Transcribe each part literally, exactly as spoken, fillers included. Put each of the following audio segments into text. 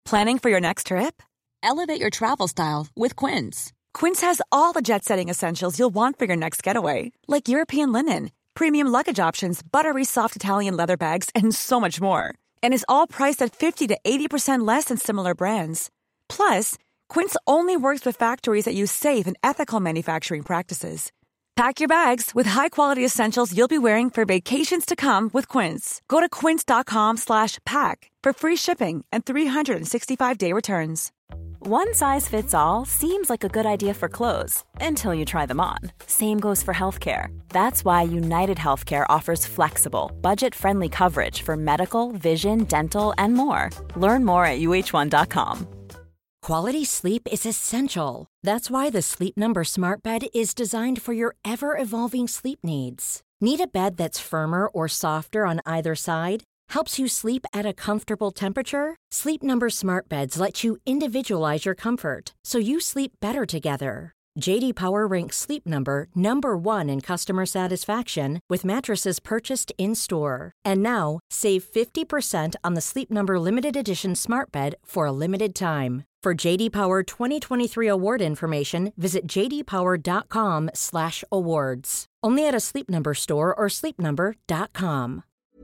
Planning for your next trip? Elevate your travel style with Quince. Quince has all the jet-setting essentials you'll want for your next getaway, like European linen, premium luggage options, buttery soft Italian leather bags, and so much more. And is all priced at fifty to eighty percent less than similar brands. Plus, Quince only works with factories that use safe and ethical manufacturing practices. Pack your bags with high-quality essentials you'll be wearing for vacations to come with Quince. Go to quince.com slash pack for free shipping and three sixty-five day returns. One size fits all seems like a good idea for clothes until you try them on. Same goes for healthcare. That's why United Healthcare offers flexible, budget-friendly coverage for medical, vision, dental, and more. Learn more at U H one dot com. Quality sleep is essential. That's why the Sleep Number Smart Bed is designed for your ever-evolving sleep needs. Need a bed that's firmer or softer on either side? Helps you sleep at a comfortable temperature? Sleep Number Smart Beds let you individualize your comfort so you sleep better together. J D Power ranks Sleep Number number one in customer satisfaction with mattresses purchased in-store. And now, save fifty percent on the Sleep Number Limited Edition Smart Bed for a limited time. For J D Power twenty twenty-three award information, visit j d power dot com slash awards. Only at a Sleep Number store or sleep number dot com.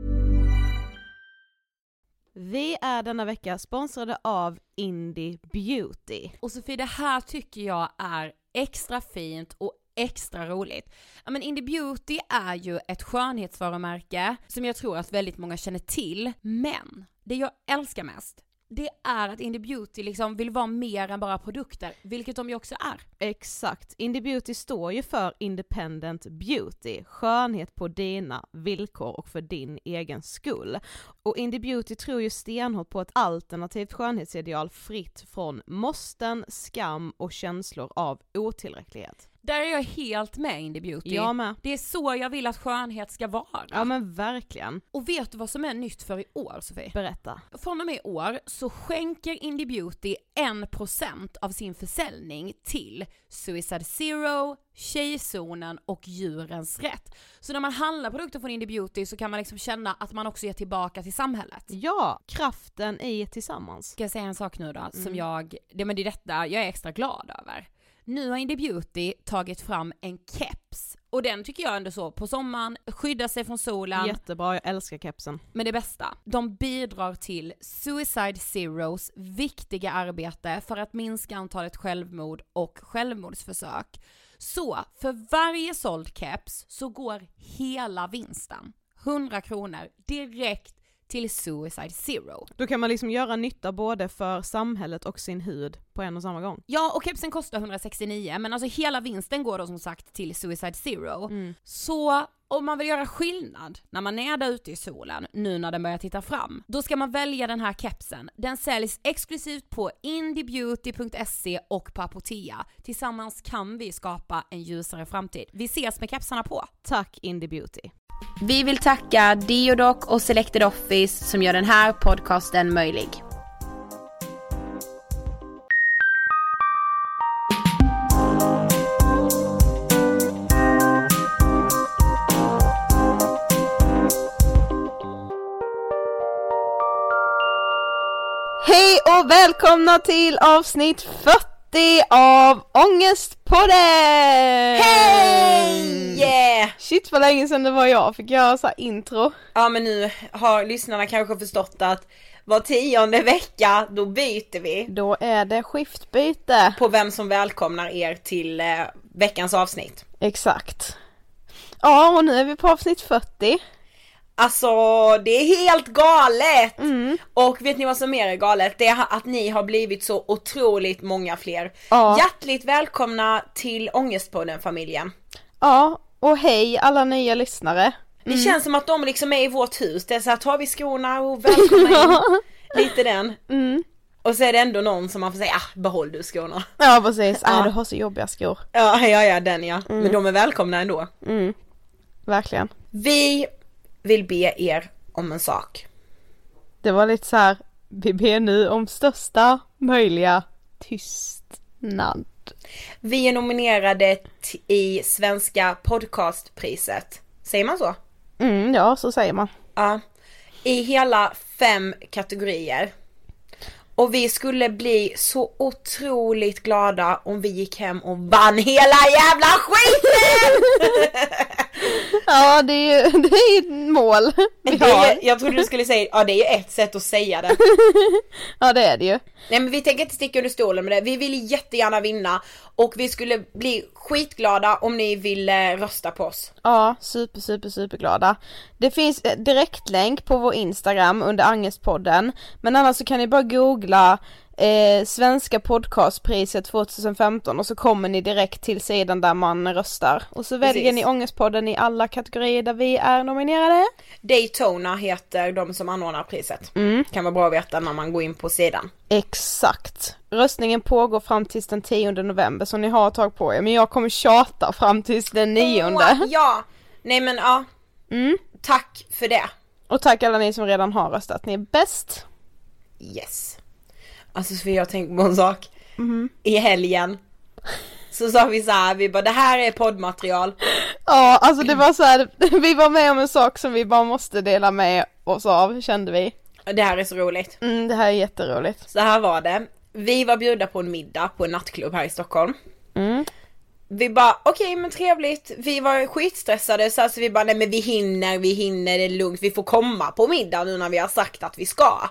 Vi är denna vecka sponsrade av Indie Beauty. Och Sofie, det här tycker jag är extra fint och extra roligt. Ja, men Indie Beauty är ju ett skönhetsvarumärke som jag tror att väldigt många känner till. Men det jag älskar mest, det är att Indie Beauty liksom vill vara mer än bara produkter, vilket de ju också är. Exakt. Indie Beauty står ju för Independent Beauty, skönhet på dina villkor och för din egen skull. Och Indie Beauty tror ju stenhårt på ett alternativt skönhetsideal fritt från måsten, skam och känslor av otillräcklighet. Där är jag helt med Indie Beauty. Jag med. Det är så jag vill att skönhet ska vara. Ja men verkligen. Och vet du vad som är nytt för i år, Sofie? Berätta. Från och med i år så skänker Indie Beauty en procent av sin försäljning till Suicide Zero, Tjejzonen och Djurens Rätt. Så när man handlar produkter från Indie Beauty så kan man liksom känna att man också ger tillbaka till samhället. Ja, kraften i tillsammans. Ska jag säga en sak nu då? Mm. Som jag, det, men det är detta jag är extra glad över. Nu har Indie Beauty tagit fram en keps. Och den tycker jag ändå så på sommaren, skydda sig från solen. Jättebra, jag älskar kepsen. Men det bästa, de bidrar till Suicide Zeros viktiga arbete för att minska antalet självmord och självmordsförsök. Så för varje såld keps så går hela vinsten, hundra kronor, direkt till Suicide Zero. Då kan man liksom göra nytta både för samhället och sin hud på en och samma gång. Ja, och kepsen kostar hundrasextionio, men alltså hela vinsten går då som sagt till Suicide Zero. Mm. Så om man vill göra skillnad när man är där ute i solen, nu när den börjar titta fram, då ska man välja den här kepsen. Den säljs exklusivt på indiebeauty punkt se och på Apotea. Tillsammans kan vi skapa en ljusare framtid. Vi ses med kepsarna på. Tack Indie Beauty. Vi vill tacka Deodoc och Selected Office som gör den här podcasten möjlig. Hej och välkomna till avsnitt fyrtio av Ångestpodden! Hej! Yeah! Shit vad länge sedan det var jag fick göra så här intro. Ja men nu har lyssnarna kanske förstått att var tionde vecka då byter vi. Då är det skiftbyte. På vem som välkomnar er till eh, veckans avsnitt. Exakt. Ja och nu är vi på avsnitt fyrtio. Alltså det är helt galet. Mm. Och vet ni vad som mer är galet? Det är att ni har blivit så otroligt många fler. Ja. Hjärtligt välkomna till Ångestpodden-familjen. Ja, och hej alla nya lyssnare. Det Mm. känns som att de liksom är i vårt hus. Det är så här, tar vi skorna och välkomna in. Lite den. Mm. Och så är det ändå någon som man får säga, ah, behåll du skorna. Ja precis, ja. Ja. Du har så jobbiga skor. Ja, ja, ja, den ja. Mm. Men de är välkomna ändå. Mm. Verkligen. Vi vill be er om en sak. Det var lite så här, vi ber nu om största möjliga tystnad. Vi är nominerade t- i Svenska podcastpriset. Säger man så? Mm, ja, så säger man. Ja. I hela fem kategorier. Och vi skulle bli så otroligt glada om vi gick hem och vann hela jävla skiten! Ja, det är ju det är ett mål vi det har. är, jag trodde du skulle säga, ja det är ju ett sätt att säga det. Ja, det är det ju. Nej, men vi tänker inte sticka under stolen med det. Vi vill jättegärna vinna. Och vi skulle bli skitglada om ni vill rösta på oss. Ja, super, super, super glada. Det finns direktlänk på vår Instagram under Angestpodden. Men annars så kan ni bara googla eh, Svenska podcastpriset tjugohundrafemton och så kommer ni direkt till sidan där man röstar. Och så Precis. väljer ni Ångestpodden i alla kategorier där vi är nominerade. Daytona heter de som anordnar priset. Mm. Kan vara bra att veta när man går in på sidan. Exakt. Röstningen pågår fram tills den tionde november så ni har ett tag på er. Men jag kommer tjata fram tills den nionde. Åh, ja! Nej men ja. Mm. Tack för det. Och tack alla ni som redan har röstat. Ni är bäst. Yes. Alltså så jag tänkt på en sak. Mm. I helgen så sa vi så här, vi bara det här är poddmaterial. Ja, alltså det var så här, vi var med om en sak som vi bara måste dela med oss av, kände vi. Det här är så roligt. Mm, det här är jätteroligt. Så här var det. Vi var bjudna på en middag på en nattklubb här i Stockholm. Mm. Vi bara, okej okay, men trevligt. Vi var skitstressade så alltså vi bara, nej men vi hinner, vi hinner, det är lugnt. Vi får komma på middag nu när vi har sagt att vi ska.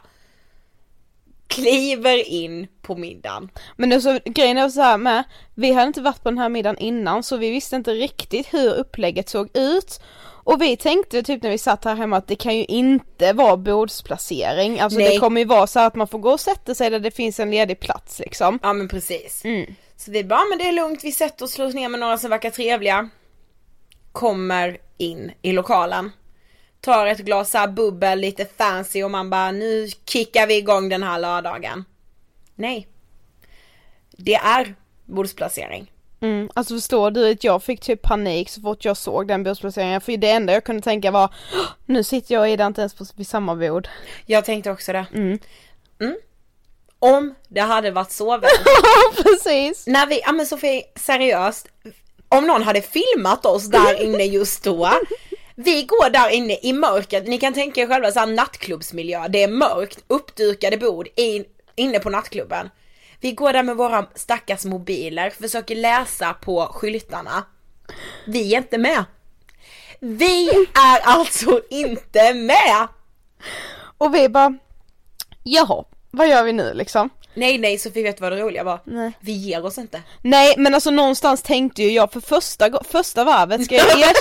Kliver in på middagen. Men alltså, grejen är så här med, vi hade inte varit på den här middagen innan så vi visste inte riktigt hur upplägget såg ut. Och vi tänkte typ när vi satt här hemma att det kan ju inte vara bordsplacering. Alltså Nej. det kommer ju vara så att man får gå och sätta sig där det finns en ledig plats liksom. Ja men precis. Mm. Så vi bara, men det är lugnt, vi sätter oss, slår oss ner med några som verkar trevliga. Kommer in i lokalen. Tar ett glas så här bubbel, lite fancy och man bara, nu kickar vi igång den här lördagen. Nej. Det är bordsplacering. Mm, alltså förstår du att jag fick typ panik så fort jag såg den bordsplaceringen. För det enda jag kunde tänka var, nu sitter jag i det inte ens på vid samma bord. Jag tänkte också det. Mm. Mm. Om det hade varit så väl. Precis. När vi, ja men Sofie, seriöst. Om någon hade filmat oss där inne just då. Vi går där inne i mörkret. Ni kan tänka er själva så här nattklubbsmiljö. Det är mörkt, uppdukade bord in, inne på nattklubben. Vi går där med våra stackars mobiler, försöker läsa på skyltarna. Vi är inte med. Vi är alltså inte med. Och vi bara, jaha, vad gör vi nu liksom? Nej, nej, Sofie, vet vad det roliga var? Nej. Vi ger oss inte. Nej, men alltså någonstans tänkte ju jag för första, första varvet ska jag, er...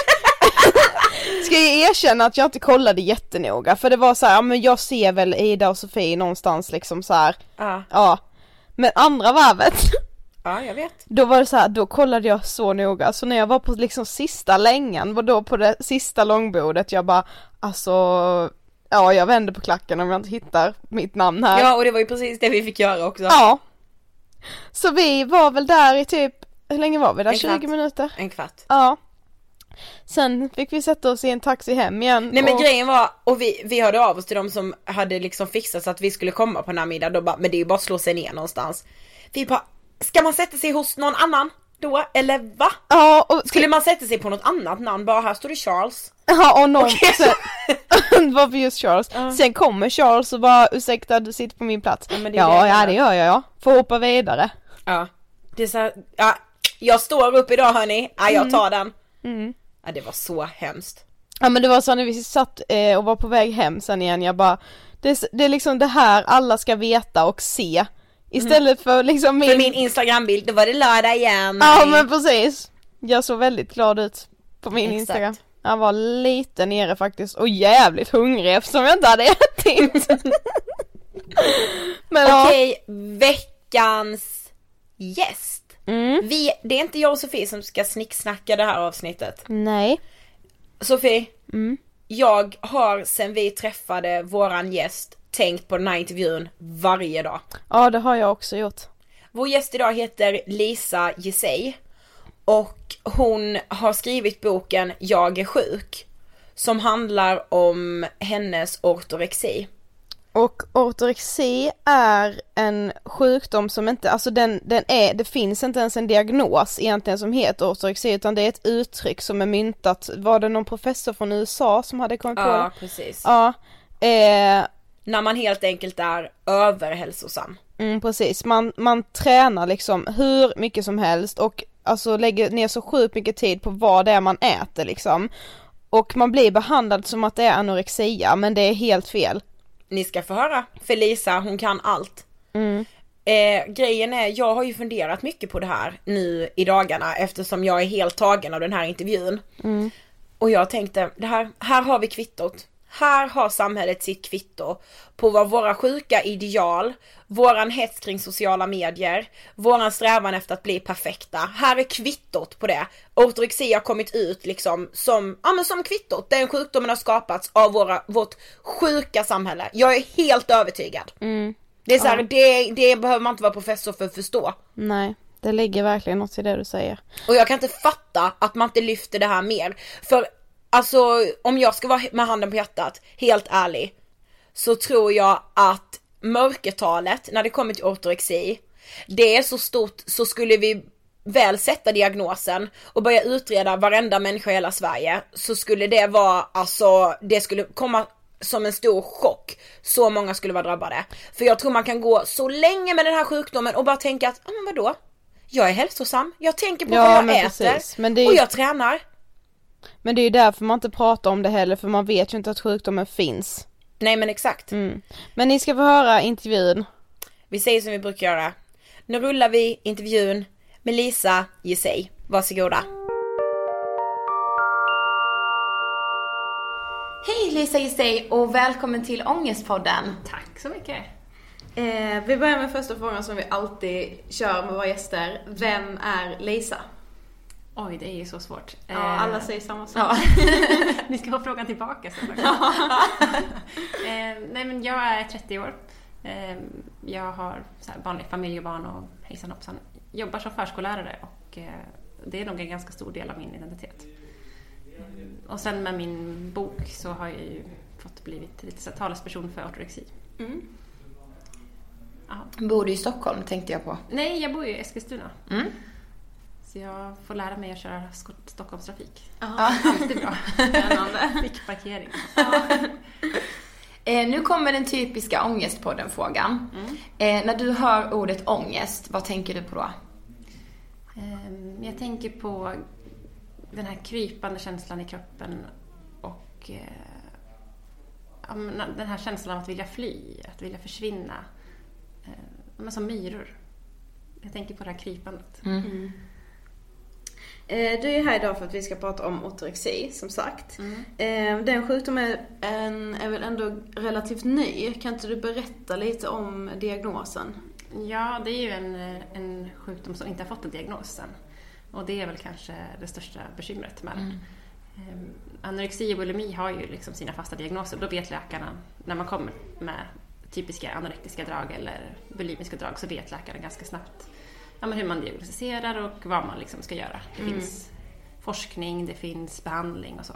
ska jag erkänna att jag inte kollade jättenoga. För det var så här, ja, men jag ser väl Ida och Sofie någonstans liksom så här. Ja. Ja. Men andra varvet, Ja, jag vet. då var det så här, då kollade jag så noga. Så när jag var på liksom sista längan, var då på det sista långbordet, jag bara, alltså, ja, jag vänder på klacken om jag inte hittar mitt namn här. Ja, och det var ju precis det vi fick göra också. Ja. Så vi var väl där i typ, hur länge var vi där? En kvart. tjugo minuter? En kvart. Ja. Sen fick vi sätta oss i en taxi hem igen. Nej men och... grejen var, och vi, vi hörde av oss till de som hade liksom fixat så att vi skulle komma på den här middagen. Då bara, men det är ju bara att slå sig ner någonstans. Vi bara, ska man sätta sig hos någon annan då? Eller va? Ja, och... Skulle man sätta sig på något annat namn? Bara här står det Charles. Ja, och någon... Okay, sen... Varför just Charles? Uh. Sen kommer Charles och bara, ursäkta, du sitter på min plats. Ja, men det ja, det ja det gör jag, ja. Får hoppa vidare. Ja, det är så här, ja, jag står upp idag hörni. Ja, jag tar den. Mm. Ja, det var så hemskt. Ja, men det var så när vi satt eh, och var på väg hem sen igen, jag bara, det, det är liksom det här alla ska veta och se. Istället mm. för liksom min... För min Instagram-bild, då var det lördag igen. Ja, men precis. Jag såg väldigt glad ut på min Exakt. Instagram. Jag var lite nere faktiskt och jävligt hungrig eftersom jag inte hade ätit. Men okej, ja. Veckans gäst. Mm. Vi, det är inte jag och Sofie som ska snicksnacka det här avsnittet. Nej. Sofie, Mm. jag har sen vi träffade våran gäst tänkt på den här intervjun varje dag. Ja, det har jag också gjort. Vår gäst idag heter Lisa Gisej och hon har skrivit boken Jag är sjuk som handlar om hennes ortorexi. Och ortorexi är en sjukdom som inte, alltså den, den är, det finns inte ens en diagnos egentligen som heter ortorexi, utan det är ett uttryck som är myntat. Var det någon professor från U S A som hade kommit på det? Ja, precis. Ja, eh, när man helt enkelt är överhälsosam. Mm, precis, man, man tränar liksom hur mycket som helst och alltså lägger ner så sjukt mycket tid på vad det är man äter liksom. Och man blir behandlad som att det är anorexia, men det är helt fel. Ni ska få höra, för Lisa, hon kan allt. Mm. Eh, grejen är, jag har ju funderat mycket på det här nu i dagarna eftersom jag är helt tagen av den här intervjun. Mm. Och jag tänkte, det här, här har vi kvittot. Här har samhället sitt kvitto på vad våra sjuka ideal, våran hets kring sociala medier, våran strävan efter att bli perfekta. Här är kvittot på det. Ortorexi har kommit ut liksom som, ja men som kvittot. Den sjukdomen har skapats av våra, vårt sjuka samhälle. Jag är helt övertygad. Mm. Det är så här, Ja. det, det behöver man inte vara professor för att förstå. Nej, det ligger verkligen något i det du säger. Och jag kan inte fatta att man inte lyfter det här mer. För alltså, om jag ska vara med handen på hjärtat, helt ärlig, så tror jag att mörkertalet när det kommer till ortorexi, det är så stort, så skulle vi väl sätta diagnosen och börja utreda varenda människa i hela Sverige, så skulle det vara, alltså, det skulle komma som en stor chock. Så många skulle vara drabbade. För jag tror man kan gå så länge med den här sjukdomen och bara tänka att, ja men vadå? Jag är hälsosam, jag tänker på Ja, vad jag men äter precis. Men det är ju- och jag tränar. Men det är ju därför man inte pratar om det heller, för man vet ju inte att sjukdomen finns. Nej men exakt. Mm. Men ni ska få höra intervjun. Vi säger som vi brukar göra. Nu rullar vi intervjun med Lisa Gisej. Varsågoda. Hej Lisa Gisej och välkommen till Ångestpodden. Tack så mycket. Eh, vi börjar med första frågan som vi alltid kör med våra gäster. Vem är Lisa? Oj, det är ju så svårt. Ja, alla säger samma sak. Ja. Ni ska få frågan tillbaka sen. eh, nej, men jag är trettio år. Eh, jag har så här vanlig familj och barn och hejsan hoppsan. Jobbar som förskollärare och eh, det är nog en ganska stor del av min identitet. Eh, och sen med min bok så har jag ju fått blivit lite så här talesperson för ortorexi. Mm. Bor du i Stockholm tänkte jag på? Nej, jag bor ju i Eskilstuna. Mm. Så jag får lära mig att köra sk- Stockholmstrafik. Ja. Alltid bra. Spännande. Fick parkering. Ja. Eh, nu kommer den typiska ångestpodden-frågan. Mm. Eh, när du hör ordet ångest, vad tänker du på då? Um, jag tänker på den här krypande känslan i kroppen och uh, ja, men den här känslan av att vilja fly, att vilja försvinna. Uh, men som myror. Jag tänker på det här krypandet. Mm. Mm. Eh, du är här idag för att vi ska prata om ortorexi, som sagt. Mm. Eh, den sjukdomen är, är väl ändå relativt ny. Kan inte du berätta lite om diagnosen? Ja, det är ju en, en sjukdom som inte har fått en diagnos än. Och det är väl kanske det största bekymret med den. Mm. Um, anorexi och bulimi har ju liksom sina fasta diagnoser. Då vet läkarna, när man kommer med typiska anorektiska drag eller bulimiska drag, så vet läkaren ganska snabbt ja, men hur man diagnostiserar och vad man liksom ska göra. Det mm. finns forskning, det finns behandling och så.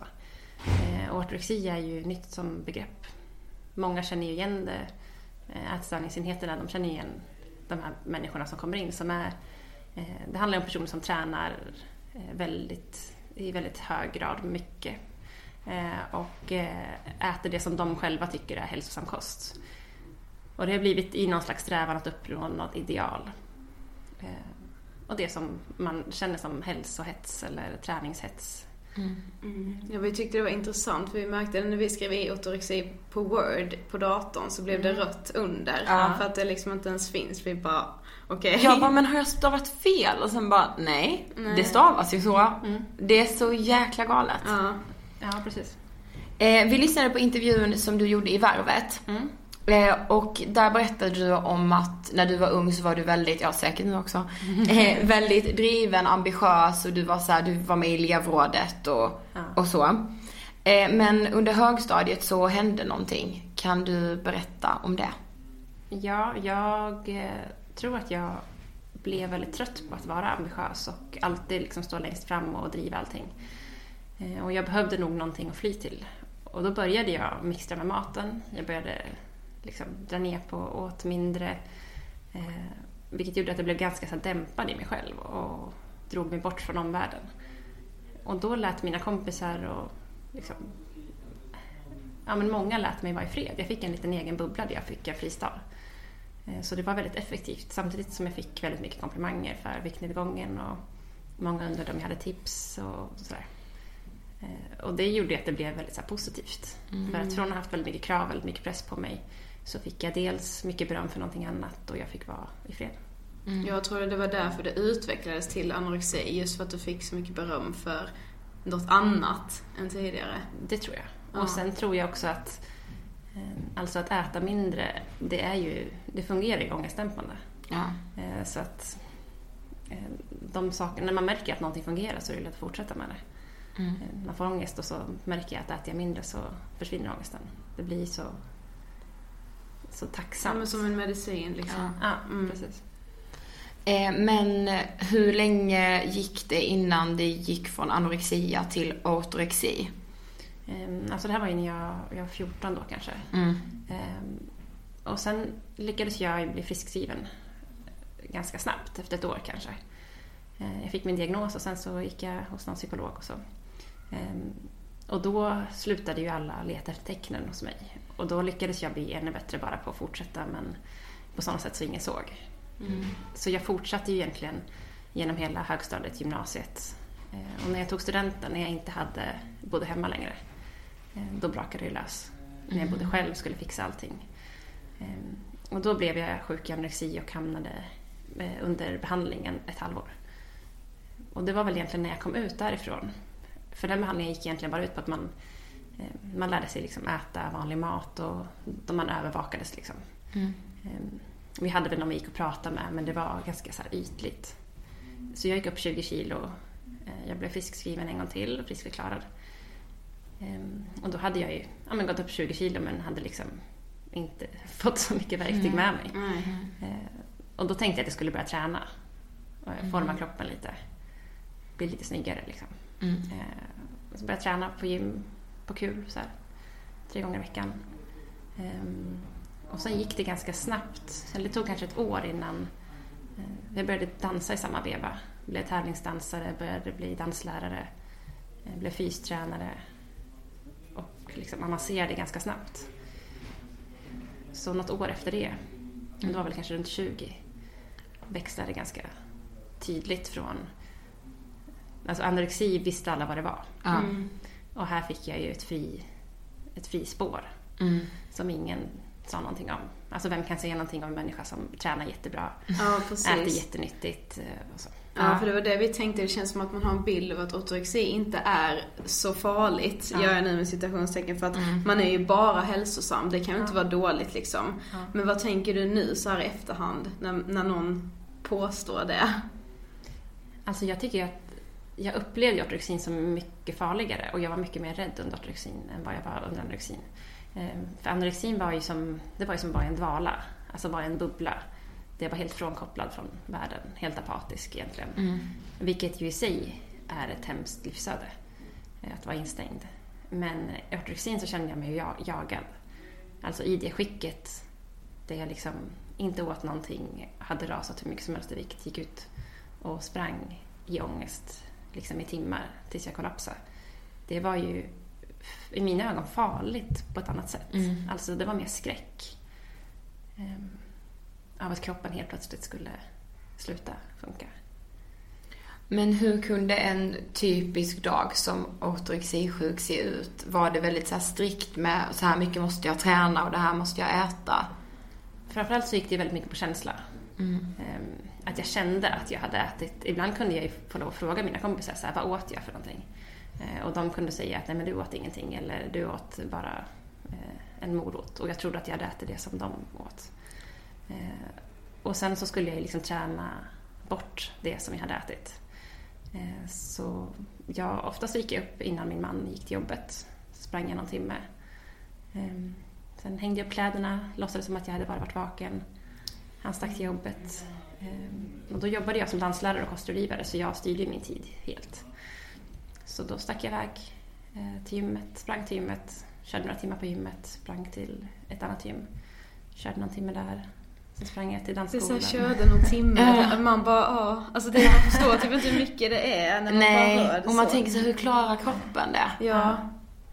Eh, och ortorexi är ju nytt som begrepp. Många känner ju igen det. Ätstörningsenheterna, de känner igen de här människorna som kommer in som är, eh, det handlar om personer som tränar eh, väldigt, i väldigt hög grad mycket eh, och eh, äter det som de själva tycker är hälsosam kost. Och det har blivit i någon slags strävan att uppnå något ideal. Eh, och det som man känner som hälsohets eller träningshets. Mm. Mm. Ja, vi tyckte det var intressant för vi märkte när vi skrev i ortorexi på Word på datorn så blev det mm. rött under. Ja. För att det liksom inte ens finns. Vi bara, okej. Okay. Jag bara, men har jag stavat fel? Och sen bara, nej, nej. Det stavas ju så. Mm. Det är så jäkla galet. Ja, ja precis. Eh, vi lyssnade på intervjun som du gjorde i Värvet. Mm. Eh, och där berättade du om att när du var ung så var du väldigt, ja säkert nu också, eh, väldigt driven, ambitiös och du var så här, du var med i elevrådet och, ja. och så. Eh, men under högstadiet så hände någonting. Kan du berätta om det? Ja, jag eh, tror att jag blev väldigt trött på att vara ambitiös och alltid liksom stå längst fram och driva allting. Eh, och jag behövde nog någonting att fly till. Och då började jag mixtra med maten. Jag började liksom dra ner på, åt mindre. Eh, vilket gjorde att jag blev ganska så dämpad i mig själv och drog mig bort från omvärlden. Och då lät mina kompisar och liksom ja, men många lät mig vara i fred. Jag fick en liten egen bubbla där jag fick en fristad. Så det var väldigt effektivt, samtidigt som jag fick väldigt mycket komplimanger för viktnedgången och många undrade om jag hade tips och sådär. Och det gjorde att det blev väldigt så här, positivt. Mm. För att från att ha haft väldigt mycket krav, väldigt mycket press på mig, så fick jag dels mycket beröm för någonting annat och jag fick vara i fred. Mm. Jag tror det var därför det utvecklades till anorexi, just för att du fick så mycket beröm för något annat än tidigare. Det tror jag. Ja. Och sen tror jag också att alltså att äta mindre, det är ju, det fungerar ju ångestdämpande. Ja. Så att de saker, när man märker att någonting fungerar så är det lätt att fortsätta med det. Mm. Man får ångest och så märker jag att äter jag mindre så försvinner ångesten. Det blir så så tacksamt. Ja, men som en medicin liksom. Ja, ja mm. precis. Eh, men hur länge gick det innan det gick från anorexia till ortorexi? Eh, alltså det här var ju när jag, jag var fjorton då kanske. Mm. Eh, och sen lyckades jag bli friskskriven ganska snabbt, efter ett år kanske. Eh, jag fick min diagnos och sen så gick jag hos någon psykolog och så. Eh, och då slutade ju alla leta efter tecknen hos mig. Och då lyckades jag bli ännu bättre bara på att fortsätta, men på sådana sätt så ingen såg. Mm. Så jag fortsatte ju egentligen genom hela högstadiet, gymnasiet. Och när jag tog studenten, när jag inte hade bodde hemma längre, då brakade det lös. Mm. När jag bodde själv skulle fixa allting. Och då blev jag sjuk i anorexi och hamnade under behandlingen ett halvår. Och det var väl egentligen när jag kom ut därifrån. För den behandlingen gick egentligen bara ut på att man man lärde sig liksom äta vanlig mat och då man övervakades liksom. Mm. Vi hade väl någon vi gick och pratade med, men det var ganska så här ytligt. Så jag gick upp tjugo kilo. Jag blev friskskriven en gång till och friskförklarad. Och då hade jag ju ja, men gått upp tjugo kilo men hade liksom inte fått så mycket verktyg med mig. Mm. Och då tänkte jag att jag skulle börja träna och forma mm. kroppen lite. Bli lite snyggare liksom. Mm. Så började jag träna på gym på kul så här, tre gånger i veckan. Um, och sen gick det ganska snabbt. Eller det tog kanske ett år innan uh, jag började dansa i samma veva. Blev tävlingsdansare, började bli danslärare, uh, blev fystränare och liksom avancerade ganska snabbt. Så något år efter det, mm. det var väl kanske runt tjugo, växlade ganska tydligt från, alltså anorexi visste alla vad det var. Mm. Och här fick jag ju ett, fri, ett frispår mm. som ingen sa någonting om. Alltså vem kan säga någonting om en människa som tränar jättebra, ja, äter jättenyttigt och så. Ja, ja, för det var det vi tänkte. Det känns som att man har en bild av att ortorexi inte är så farligt, ja. Gör jag nu med citationstecken, för att mm. man är ju bara hälsosam. Det kan ju ja. inte vara dåligt liksom. Ja. Men vad tänker du nu så här i efterhand när, när någon påstår det? Alltså jag tycker att jag upplevde ortorexin som mycket farligare och jag var mycket mer rädd under ortorexin än vad jag var under anorexin. För anorexin var ju som, det var ju som bara en dvala, alltså bara en bubbla. Det var helt frånkopplad från världen, helt apatisk egentligen. Mm. Vilket ju i sig är ett hemskt livsöde, att vara instängd. Men i ortorexin så kände jag mig jagad. Alltså i det skicket där jag liksom inte åt någonting, hade rasat hur mycket som helst i vikt, gick ut och sprang i ångest liksom i timmar tills jag kollapsade. Det var ju i mina ögon farligt på ett annat sätt. Mm. Alltså det var mer skräck um, av att kroppen helt plötsligt skulle sluta funka. Men hur kunde en typisk dag som ortorexisjuk se ut? Var det väldigt så här strikt med så här mycket måste jag träna och det här måste jag äta? Framförallt så gick det väldigt mycket på känsla. Mm. Um, att jag kände att jag hade ätit. Ibland kunde jag ju få lov att fråga mina kompisar så här, vad åt jag för någonting? Eh, och de kunde säga att nej, men du åt ingenting eller du åt bara eh, en morot. Och jag trodde att jag hade ätit det som de åt. Eh, och sen så skulle jag liksom träna bort det som jag hade ätit. Eh, så jag oftast gick jag upp innan min man gick till jobbet. Sprang jag någon timme. Eh, sen hängde jag upp kläderna, låtsades som att jag hade bara varit vaken. Han stack till jobbet. Och då jobbade jag som danslärare och kostrådgivare, så jag styrde min tid helt. Så då stack jag iväg till gymmet, sprang till gymmet, körde några timmar på gymmet, sprang till ett annat gym, körde någon timme där, sen sprang jag till dansskolan. Det är så här, körde någon timme, äh. man bara, ja, alltså det man förstår typ inte hur mycket det är när man Nej, bara hör det. Och man så. tänker så, hur klarar kroppen det? Ja.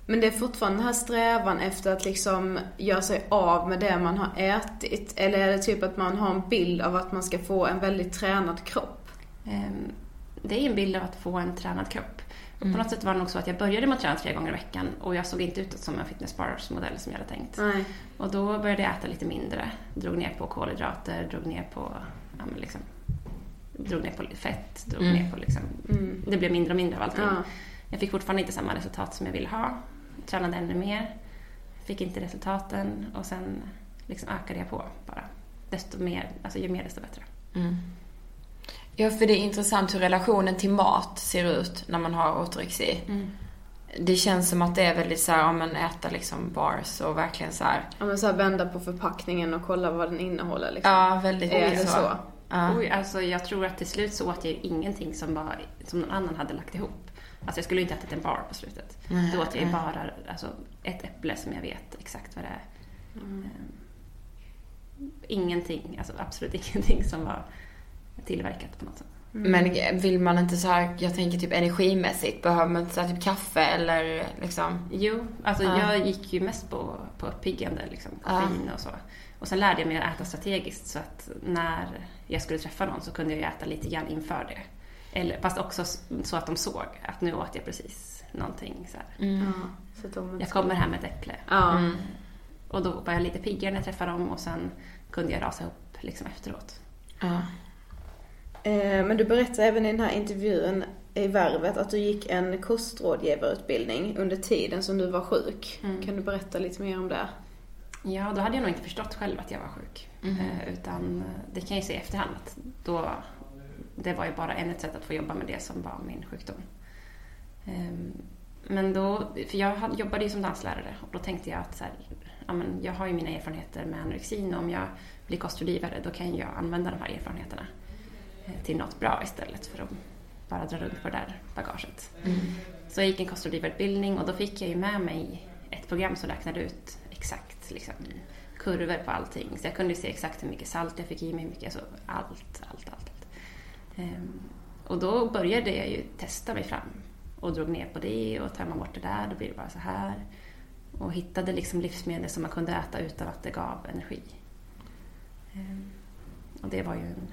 Men det är fortfarande den här strävan efter att liksom göra sig av med det man har ätit. Eller är det typ att man har en bild av att man ska få en väldigt tränad kropp? Det är en bild av att få en tränad kropp. Och på något sätt var det nog så att jag började med att träna tre gånger i veckan. Och jag såg inte ut som en fitness bars-modell som jag hade tänkt. Nej. Och då började jag äta lite mindre. Drog ner på kolhydrater, drog ner på... Ja, men liksom, drog ner på fett, drog mm. ner på liksom... Mm. Det blev mindre och mindre av allting. Ja. Jag fick fortfarande inte samma resultat som jag ville ha. Tränade ännu mer. Fick inte resultaten. Och sen liksom ökade jag på bara. Desto mer, alltså ju mer desto bättre. Mm. Ja, för det är intressant hur relationen till mat ser ut när man har ortorexi. Mm. Det känns som att det är väldigt så här, om man äter liksom bars och verkligen så här... Ja, men så här vända på förpackningen och kolla vad den innehåller liksom. Ja, väldigt är det så. så? Ja. Oj, alltså jag tror att till slut så åt jag ingenting som, var, som någon annan hade lagt ihop. Alltså jag skulle inte ätit en bar på slutet. Mm. Då åt jag bara alltså, ett äpple som jag vet exakt vad det är. Mm. Ingenting, alltså absolut ingenting som var tillverkat på något sätt. Mm. Men vill man inte så här, jag tänker typ energimässigt, behöver man inte så här, typ kaffe eller liksom? Jo, alltså uh. jag gick ju mest på, på uppiggande liksom, koffein uh. och så. Och sen lärde jag mig att äta strategiskt så att när jag skulle träffa någon så kunde jag äta lite grann inför det. Eller, fast också så att de såg att nu åt jag precis någonting så här. Mm. Ja, så att de jag kommer här med ett äpple. Ja. Mm. Och då var jag lite piggare när jag träffade dem och sen kunde jag rasa upp liksom efteråt. Ja. Eh, men du berättade även i den här intervjun i Värvet att du gick en kostrådgivarutbildning under tiden som du var sjuk. Mm. Kan du berätta lite mer om det? Ja, då hade jag nog inte förstått själv att jag var sjuk. Mm. Eh, utan det kan jag se i efterhand att då, det var ju bara ännu ett sätt att få jobba med det som var min sjukdom. Eh, men då, för jag jobbade ju som danslärare och då tänkte jag att så här, ja, men jag har ju mina erfarenheter med anorexin och om jag blir kostrådgivare då kan jag använda de här erfarenheterna till något bra istället för att bara dra runt på det där bagaget. Mm. Så jag gick en kostrådgivarutbildning och då fick jag ju med mig ett program som räknade ut exakt liksom, kurvor på allting. Så jag kunde se exakt hur mycket salt jag fick i mig, mycket, alltså allt, allt, allt. allt. Um, och då började jag ju testa mig fram och drog ner på det och tar man bort det där då blir det bara så här. Och hittade liksom livsmedel som man kunde äta utan att det gav energi. Um, och det var ju en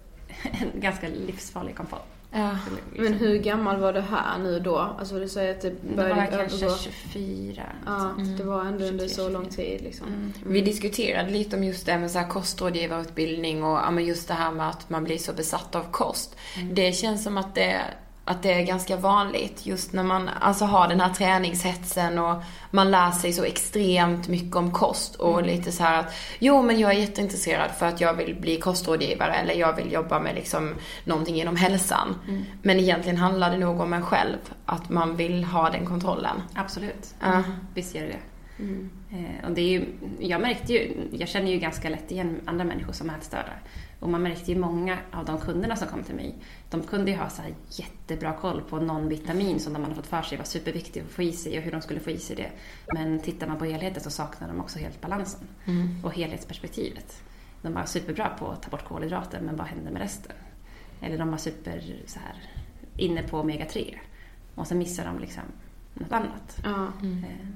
en ganska livsfarlig kompott. Ja. Men hur gammal var det här nu då? Alltså du säger att det började det var kanske övergå... tjugofyra. Ja, mm. det var ändå under så lång tid liksom. Mm. Mm. Vi diskuterade lite om just det med så här kostrådgivarutbildning och ja, men just det här med att man blir så besatt av kost. Mm. Det känns som att det att det är ganska vanligt just när man alltså har den här träningshetsen och man lär sig så extremt mycket om kost och mm. lite så här att jo men jag är jätteintresserad för att jag vill bli kostrådgivare eller jag vill jobba med liksom någonting inom hälsan. Mm. Men egentligen handlar det nog om en själv att man vill ha den kontrollen. Absolut. Uh. Visst gör det. Mm. Eh, och det är ju, jag märkte ju, jag känner ju ganska lätt igen andra människor som är ätstörda. Och man märkte ju många av de kunderna som kom till mig, de kunde ju ha så här jättebra koll på någon vitamin som de hade fått för sig var superviktig att få i sig och hur de skulle få i sig det. Men tittar man på helheten så saknar de också helt balansen mm. och helhetsperspektivet. De var superbra på att ta bort kolhydrater, men vad händer med resten? Eller de var super så här inne på omega tre och så missar de liksom något annat. Mm. Eh,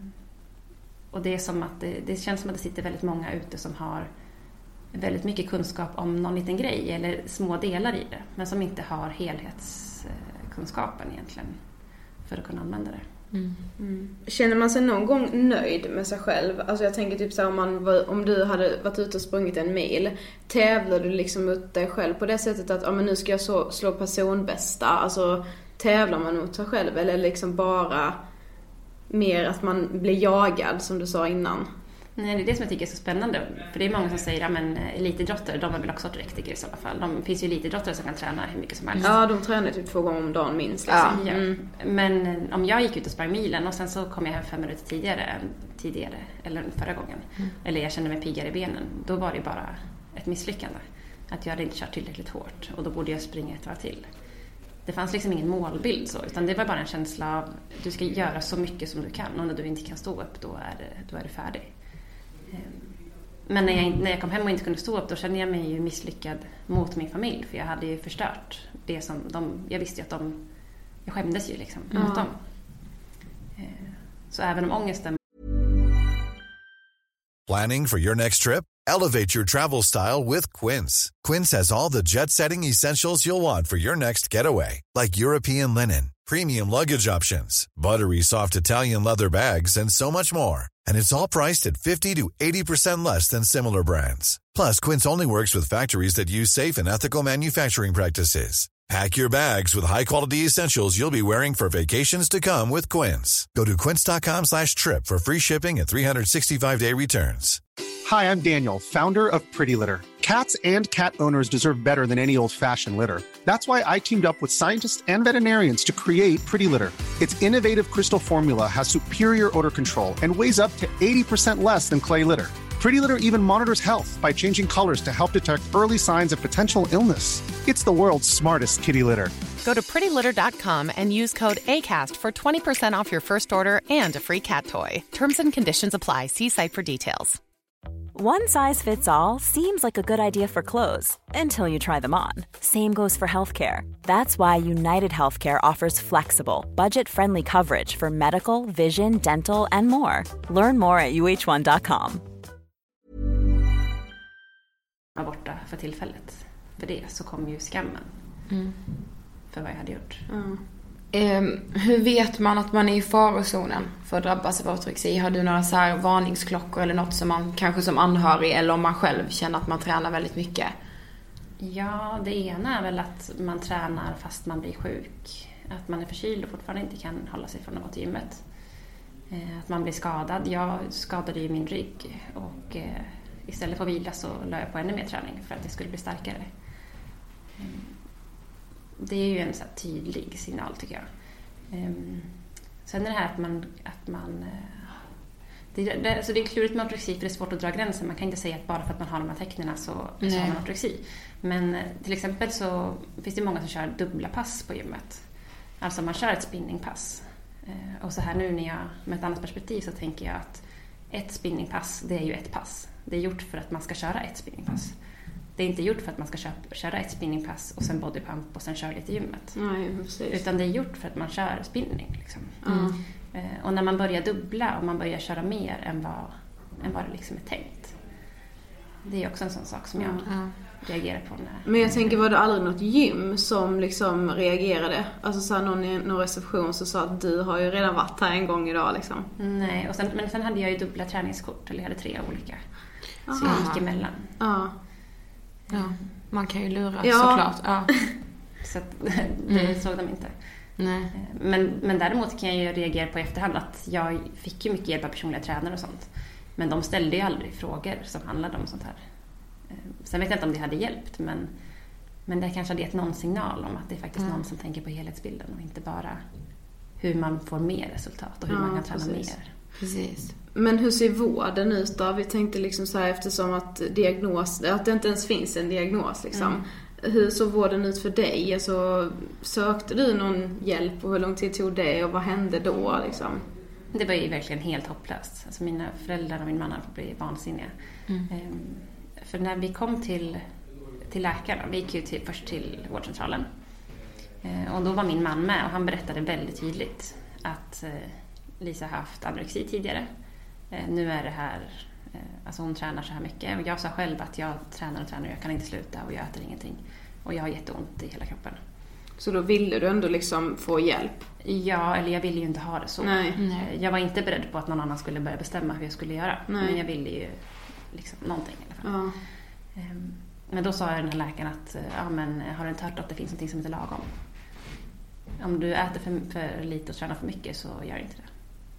och det är som att det, det känns som att det sitter väldigt många ute som har väldigt mycket kunskap om någon liten grej eller små delar i det, men som inte har helhetskunskapen egentligen för att kunna använda det. Mm. Mm. Känner man sig någon gång nöjd med sig själv? Alltså jag tänker typ så här, om, man var, om du hade varit ute och sprungit en mil, tävlar du liksom mot dig själv på det sättet att ja, men nu ska jag så, slå personbästa, alltså tävlar man mot sig själv eller liksom bara mer att man blir jagad som du sa innan? Nej, det är det som jag tycker är så spännande. För det är många som säger att ja, elitidrottare, de är väl också ortorektiker i så fall. De finns ju elitidrottare som kan träna hur mycket som helst. Ja, de tränar typ två gånger om dagen minst. Liksom. Ja. Mm. Men om jag gick ut och sprang milen och sen så kom jag hem fem minuter tidigare än tidigare, eller förra gången. Mm. Eller jag kände mig piggare i benen. Då var det bara ett misslyckande. Att jag hade inte kört tillräckligt hårt och då borde jag springa ett varv till. Det fanns liksom ingen målbild så, utan det var bara en känsla av du ska göra så mycket som du kan och när du inte kan stå upp då är det, då är det färdig. Men när jag, när jag kom hem och inte kunde stå upp då kände jag mig ju misslyckad mot min familj för jag hade ju förstört det som de, jag visste ju att de, jag skämdes ju liksom ja. mot dem. Så även om ångesten... Planning for your next trip? Elevate your travel style with Quince. Quince has all the jet-setting essentials you'll want for your next getaway, like European linen, premium luggage options, buttery soft Italian leather bags, and so much more. And it's all priced at fifty to eighty percent less than similar brands. Plus, Quince only works with factories that use safe and ethical manufacturing practices. Pack your bags with high-quality essentials you'll be wearing for vacations to come with Quince. Go to quince.com slash trip for free shipping and three sixty-five day returns. Hi, I'm Daniel, founder of Pretty Litter. Cats and cat owners deserve better than any old-fashioned litter. That's why I teamed up with scientists and veterinarians to create Pretty Litter. Its innovative crystal formula has superior odor control and weighs up to eighty percent less than clay litter. Pretty Litter even monitors health by changing colors to help detect early signs of potential illness. It's the world's smartest kitty litter. Go to pretty litter dot com and use code ACAST for twenty percent off your first order and a free cat toy. Terms and conditions apply. See site for details. One size fits all seems like a good idea for clothes until you try them on. Same goes for healthcare. That's why United Healthcare offers flexible, budget-friendly coverage for medical, vision, dental, and more. Learn more at u h one dot com. Var borta för tillfället. För det så kom ju skammen. Mm. För vad jag hade gjort. Mm. Um, hur vet man att man är i farozonen för att drabbas av anorexi? Har du några så här varningsklockor eller något som man kanske som anhörig eller om man själv känner att man tränar väldigt mycket? Ja, det ena är väl att man tränar fast man blir sjuk. Att man är förkyld och fortfarande inte kan hålla sig från att gå till gymmet. Eh, att man blir skadad. Jag skadade ju min rygg och eh, istället för att vila så la jag på ännu mer träning för att jag skulle bli starkare. Mm. Det är ju en så här tydlig signal tycker jag. Um, sen är det här att man... Att man det, det, alltså det är klurigt med anorexi för det är svårt att dra gränsen. Man kan inte säga att bara för att man har de här tecknen så, så har man anorexi. Men till exempel så finns det många som kör dubbla pass på gymmet. Alltså man kör ett spinningpass. Uh, och så här nu när jag med ett annat perspektiv så tänker jag att ett spinningpass, det är ju ett pass. Det är gjort för att man ska köra ett spinningpass. Det är inte gjort för att man ska köpa, köra ett spinningpass och sen bodypump och sen köra lite i gymmet. Nej, precis. Utan det är gjort för att man kör spinning. Liksom. Mm. Eh, och när man börjar dubbla och man börjar köra mer än vad, än vad det liksom är tänkt. Det är också en sån sak som jag mm. reagerar på. När, Men jag tänker, var det aldrig något gym som liksom reagerade? Alltså så här, någon i någon reception så sa att du har ju redan varit här en gång idag liksom. Nej, och sen, men sen hade jag ju dubbla träningskort. Eller jag hade tre olika. Aha. Så jag gick emellan. Ja. Ja, man kan ju lura ja. såklart. Ja. Så att, det mm. såg de inte. Nej. Men, men däremot kan jag ju reagera på efterhand att jag fick ju mycket hjälp av personliga tränare och sånt. Men de ställde ju aldrig frågor som handlade om sånt här. Sen vet jag inte om det hade hjälpt, men, men det kanske hade gett någon signal om att det är faktiskt mm. någon som tänker på helhetsbilden och inte bara hur man får mer resultat och hur ja, man kan träna precis. mer. Precis. Men hur ser vården ut då? Vi tänkte liksom så här, eftersom att diagnos, att det inte ens finns en diagnos liksom. Mm. Hur såg vården ut för dig? Alltså, sökte du någon hjälp och hur lång tid tog det och vad hände då liksom? Det var ju verkligen helt hopplöst. Alltså mina föräldrar och min man hade blivit vansinniga. Mm. Um, för när vi kom till, till läkaren, vi gick ju till, först till vårdcentralen. Uh, och då var min man med och han berättade väldigt tydligt att uh, Lisa har haft anorexi tidigare. Uh, nu är det här, uh, alltså hon tränar så här mycket. Och jag sa själv att jag tränar och tränar och jag kan inte sluta och jag äter ingenting. Och jag har jätteont i hela kroppen. Så då ville du ändå liksom få hjälp? Ja, eller jag ville ju inte ha det så. Nej. Nej. Jag var inte beredd på att någon annan skulle börja bestämma hur jag skulle göra. Nej. Men jag ville ju liksom någonting i alla fall. Ja. Men då sa den här läkaren att ja, men, har du inte hört att det finns något som heter lagom? Om du äter för, för lite och tränar för mycket så gör inte det.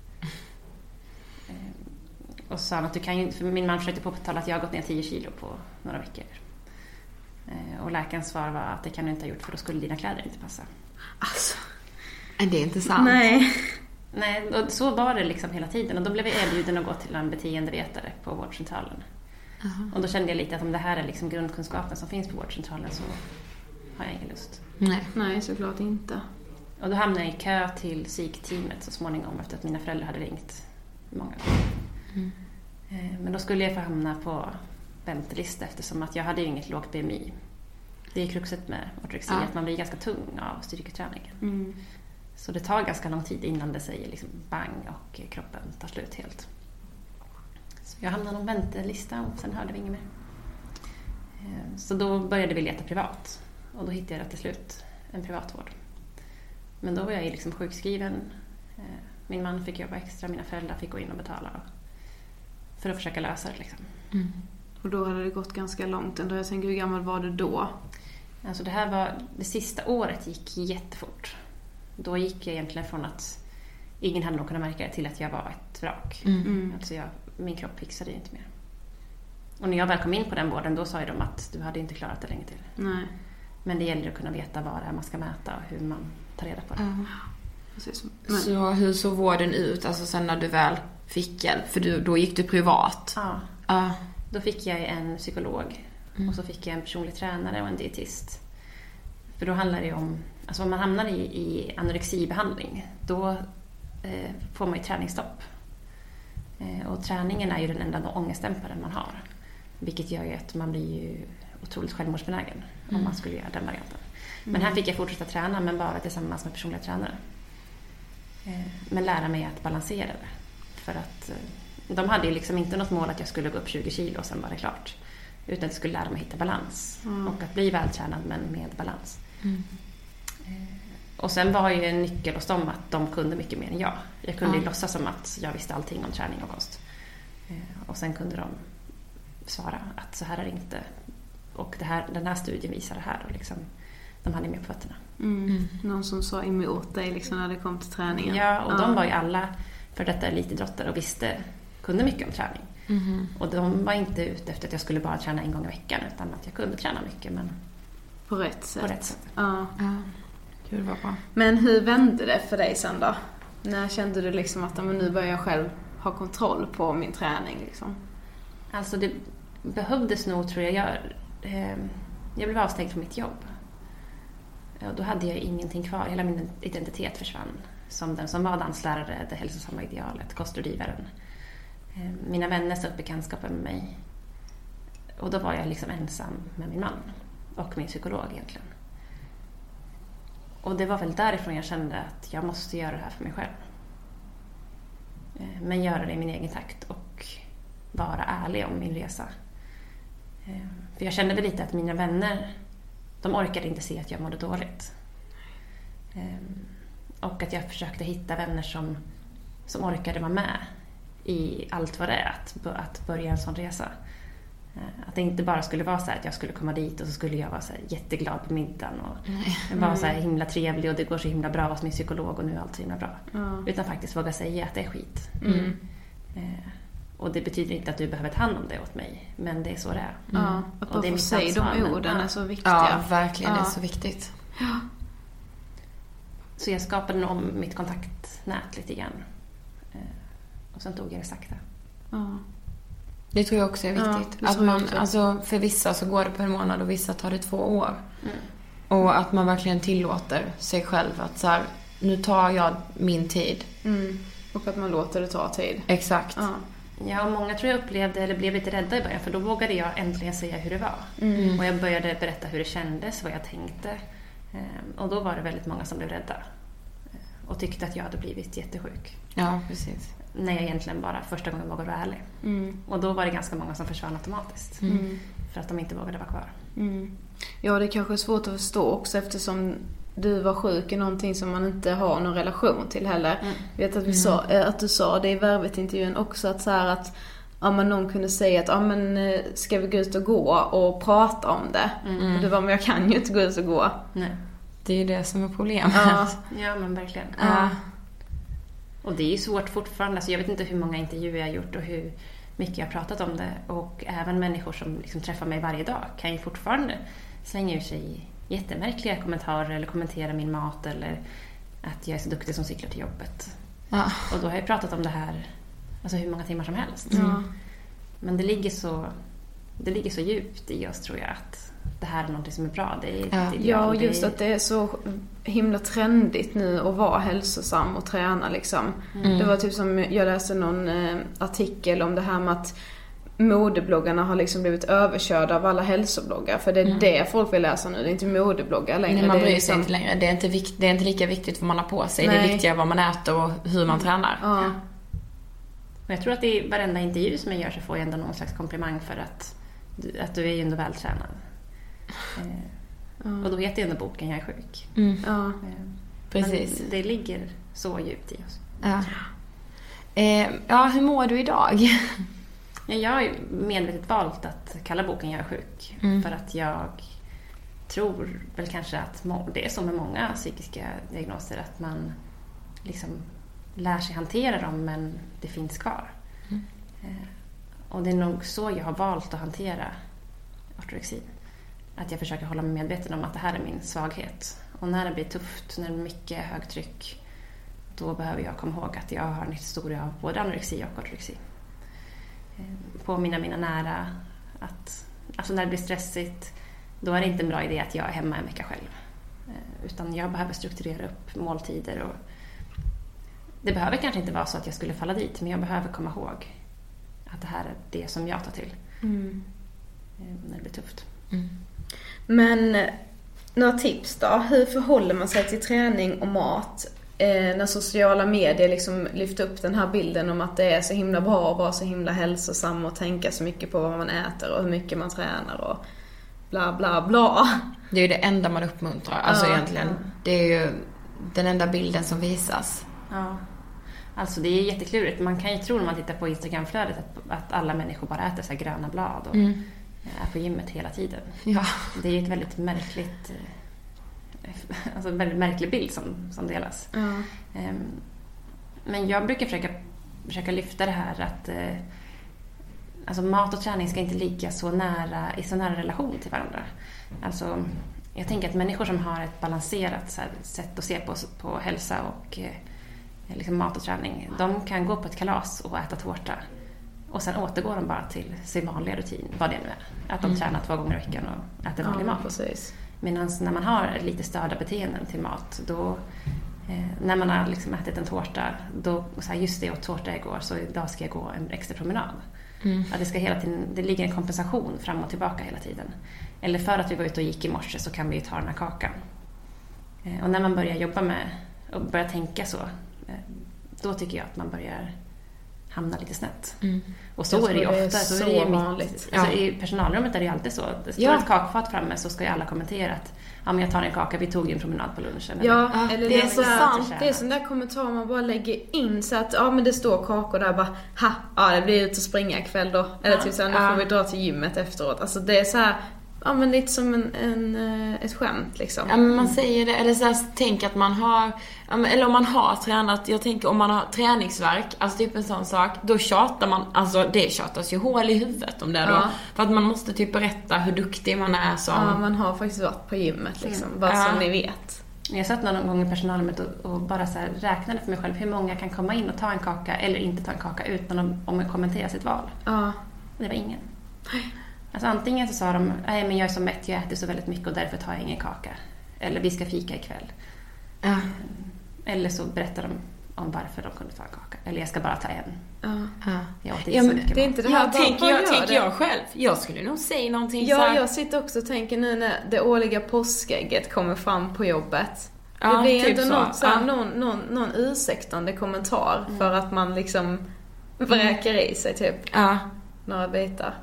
Och så sa han att du kan ju, för min man försökte påtala att jag har gått ner tio kilo på några veckor. Och läkarens svar var att det kan du inte ha gjort för då skulle dina kläder inte passa. Alltså, är det inte sant? Nej. Nej, och så var det liksom hela tiden. Och då blev jag erbjuden att gå till en beteendevetare på vårdcentralen. Uh-huh. Och då kände jag lite att om det här är liksom grundkunskapen som finns på vårdcentralen så har jag ingen lust. Nej, Nej såklart inte. Och då hamnade jag i kö till psykteamet så småningom efter att mina föräldrar hade ringt många gånger. Mm. Men då skulle jag få hamna på väntelista eftersom att jag hade ju inget lågt B M I. Det är kruxet med anorexi, ja. Att man blir ganska tung av styrketräningen. Mm. Så det tar ganska lång tid innan det säger liksom bang och kroppen tar slut helt. Så jag hamnade på en väntelista och sen hörde vi inget mer. Så då började vi leta privat och då hittade jag till slut en privatvård. Men då var jag liksom sjukskriven. Min man fick jobba extra, mina föräldrar fick gå in och betala för att försöka lösa det. Liksom. Mm. Och då hade det gått ganska långt ändå. Jag tänker, hur gammal var du då? Alltså det här var, det sista året gick jättefort. Då gick jag egentligen från att ingen hade nog kunnat märka det till att jag var ett vrak. Mm. Alltså jag, min kropp fixade ju inte mer. Och när jag väl kom in på den vården, då sa ju de att du hade inte klarat det länge till. Nej. Men det gäller att kunna veta vad det är man ska mäta och hur man tar reda på det. Mm. Men... Så hur såg vården ut, alltså sen när du väl fick hjälp? För du, då gick du privat. Ja, uh. då fick jag en psykolog. Mm. Och så fick jag en personlig tränare och en dietist. För då handlar det om, alltså om man hamnar i, i anorexibehandling, då eh, får man ju träningsstopp. Eh, och träningen är ju den enda ångestdämparen man har. Vilket gör ju att man blir ju otroligt självmordsbenägen mm. om man skulle göra den varianten. Men mm. här fick jag fortsätta träna, men bara tillsammans med personliga tränare. Eh, men lära mig att balansera det. För att eh, de hade ju liksom inte något mål att jag skulle gå upp tjugo kilo och sen var det klart. Utan att jag skulle lära mig hitta balans. Mm. Och att bli vältränad men med balans. Mm. Eh, och sen var ju en nyckel hos dem att de kunde mycket mer än jag. Jag kunde mm. ju låtsas som att jag visste allting om träning och kost. Eh, och sen kunde de svara att så här är det inte. Och det här, den här studien visar det här. Och liksom, de hade med på fötterna. Mm. Mm. Någon som sa emot dig liksom när det kom till träningen. Ja, och ja. de var ju alla för detta elitidrottare och visste, kunde mycket om träning. Mm. Och de var inte ute efter att jag skulle bara träna en gång i veckan, utan att jag kunde träna mycket, men på rätt sätt. På rätt sätt. Ja. Ja. Det var bra. Men hur vände det för dig sen då? När kände du liksom att men nu börjar jag själv ha kontroll på min träning liksom? Alltså det behövdes nog, tror jag. Jag, eh, jag blev avstängd från mitt jobb. Och då hade jag ingenting kvar. Hela min identitet försvann. Som den som var danslärare, det hälsosamma idealet, kostrådgivaren. Eh, mina vänner stod upp bekantskapen med mig. Och då var jag liksom ensam med min man. Och min psykolog egentligen. Och det var väl därifrån jag kände att jag måste göra det här för mig själv. Eh, men göra det i min egen takt och vara ärlig om min resa. Eh, för jag kände väl lite att mina vänner, de orkade inte se att jag mådde dåligt. Eh, och att jag försökte hitta vänner som, som orkade vara med i allt vad det är att, att börja en sån resa. Eh, att det inte bara skulle vara så här att jag skulle komma dit och så skulle jag vara så här jätteglad på middagen och mm. vara så här himla trevlig och det går så himla bra hos min psykolog och nu är allt så himla bra. Mm. Utan faktiskt våga säga att det är skit. Mm. Eh, och det betyder inte att du behöver ta hand om det åt mig, men det är så det är. Mm. Ja, att och det är mitt säga de orden är så viktiga. Ja, verkligen, ja. Det är så viktigt. Ja. Så jag skapade om mitt kontaktnät lite grann. Eh, och sen tog jag det sakta. Ja. Det tror jag också är viktigt. Ja, att man, alltså, för vissa så går det på en månad och vissa tar det två år. Mm. Och att man verkligen tillåter sig själv att så här, nu tar jag min tid. Mm. Och att man låter det ta tid. Exakt. Ja. Ja, och många tror jag upplevde eller blev lite rädda i början, för då vågade jag äntligen säga hur det var. Mm. Och jag började berätta hur det kändes, vad jag tänkte. Och då var det väldigt många som blev rädda. Och tyckte att jag hade blivit jättesjuk. Ja, precis. När jag egentligen bara första gången vågade vara ärlig. Mm. Och då var det ganska många som försvann automatiskt. Mm. För att de inte vågade vara kvar. Mm. Ja, det kanske är svårt att förstå också eftersom du var sjuk i någonting som man inte har någon relation till heller. Mm. Jag vet att, vi mm. sa, att du sa det i Värvet-intervjun också att, så här att ja, men någon kunde säga att ja, men, ska vi gå ut och gå och prata om det? Mm. Och du var, men jag kan ju inte gå ut och gå. Nej. Det är ju det som är problemet. Ja, ja men verkligen. Ja. Och det är ju svårt fortfarande. Alltså jag vet inte hur många intervjuer jag har gjort och hur mycket jag har pratat om det. Och även människor som liksom träffar mig varje dag kan ju fortfarande slänga ur sig jättemärkliga kommentarer eller kommentera min mat eller att jag är så duktig som cyklar till jobbet. Ja. Och då har jag pratat om det här alltså hur många timmar som helst. Mm. Men det ligger så det ligger så djupt i oss, tror jag, att det här är något som är bra. Det är ja. ja, och just att det är så himla trendigt nu att vara hälsosam och träna liksom. Mm. Det var typ som jag läste någon eh, artikel om det här med att modebloggarna har liksom blivit överkörda av alla hälsobloggar. För det är mm. det folk vill läsa nu. Det är inte modebloggar längre. Nej, man bryr sig liksom... inte längre. Det är inte, vikt, det är inte lika viktigt vad man har på sig. Nej. Det är viktigare vad man äter och hur man tränar. Ja. Och jag tror att i varenda intervju som jag gör så får jag ändå någon slags komplimang för att, att du är ju ändå vältränad. Eh, ja. Och då heter ju ändå boken Jag är sjuk. Mm. Ja. Eh, Precis. Men det ligger så djupt i oss. Ja. Eh, ja, hur mår du idag? Jag har ju medvetet valt att kalla boken Jag är sjuk. Mm. För att jag tror väl kanske att det är så med många psykiska diagnoser att man liksom lär sig hantera dem men det finns kvar. Mm. Eh, och det är nog så jag har valt att hantera ortorexi. Att jag försöker hålla mig medveten om att det här är min svaghet. Och när det blir tufft, när det blir mycket högtryck, då behöver jag komma ihåg att jag har en historia av både anorexi och ortorexi. Påminna mina nära att alltså när det blir stressigt, då är det inte en bra idé att jag är hemma en vecka själv. Utan jag behöver strukturera upp måltider och det behöver kanske inte vara så att jag skulle falla dit, men jag behöver komma ihåg att det här är det som jag tar till mm. när det blir tufft. Mm. Men några tips då? Hur förhåller man sig till träning och mat eh, när sociala medier liksom lyfter upp den här bilden om att det är så himla bra att vara så himla hälsosam och tänka så mycket på vad man äter och hur mycket man tränar och bla bla bla. Det är ju det enda man uppmuntrar. Alltså ja. egentligen, det är ju den enda bilden som visas. Ja. Alltså det är jätteklurigt. Man kan ju tro när man tittar på Instagramflödet att, att alla människor bara äter så här gröna blad och mm. är på gymmet hela tiden. Ja. Det är ju ett väldigt märkligt alltså en väldigt märklig bild som, som delas. Ja. Um, men jag brukar försöka, försöka lyfta det här att uh, alltså mat och träning ska inte ligga så nära, i så nära relation till varandra. Alltså jag tänker att människor som har ett balanserat så här, sätt att se på, på hälsa och uh, liksom mat och träning, de kan gå på ett kalas och äta tårta och sen återgår de bara till sin vanliga rutin, vad det nu är. Att de mm. tränar två gånger i veckan och äter vanlig ja, mat. Precis. Medan när man har lite störda beteenden till mat, då eh, när man har liksom ätit en tårta, då så här, just det, jag åt tårta igår, så idag ska jag gå en extra promenad. Mm. Att det ska hela tiden, det ligger en kompensation fram och tillbaka hela tiden. Eller för att vi var ute och gick i morse så kan vi ju ta den här kakan. Eh, och när man börjar jobba med och börjar tänka så, eh, då tycker jag att man börjar hamna lite snett. Mm. Och så är det ju ofta. Det är så, så är det ju vanligt. Mitt, alltså, ja. I personalrummet är det ju alltid så. Det står ja. ett kakfat framme så ska ju alla kommentera att ja, men jag tar en kaka, vi tog ju en promenad på lunchen. Ja, eller, eller det är så sant. Det är sån där kommentar man bara lägger in så att ja men det står kakor där bara ha, ja det blir ut och springa ikväll då. Eller ja. typ så här, nu får ja. vi dra till gymmet efteråt. Alltså det är så här, ja men lite som en, en, ett skämt liksom. Ja men man säger det, eller så här, tänk att man har, eller om man har tränat, jag tänker om man har träningsvärk, alltså typ en sån sak, då tjatar man, alltså det tjatas ju hål i huvudet om det då. Ja. För att man måste typ berätta hur duktig man är som... Ja, man har faktiskt varit på gymmet liksom, mm. bara ja. som ni vet. Jag satt någon gång i personalrummet och, och bara så här räknade för mig själv hur många kan komma in och ta en kaka eller inte ta en kaka utan att, om att kommentera sitt val. Ja. Det var ingen. Alltså antingen så sa de, nej men jag är så mätt, jag äter så väldigt mycket och därför tar jag ingen kaka. Eller vi ska fika ikväll. Ja. Eller så berättar de om varför de kunde ta en kaka. Eller jag ska bara ta en. Ja. Jag åt inte ja, så mycket det är inte det här, ja, tänker jag, tänker jag själv. Jag skulle nog säga någonting ja, så här. Jag sitter också och tänker nu när det årliga påskägget kommer fram på jobbet. Ja, det blir typ inte så. något, så här, ja. någon, någon, någon ursäktande kommentar mm. för att man liksom vräker i sig typ ja. några bitar.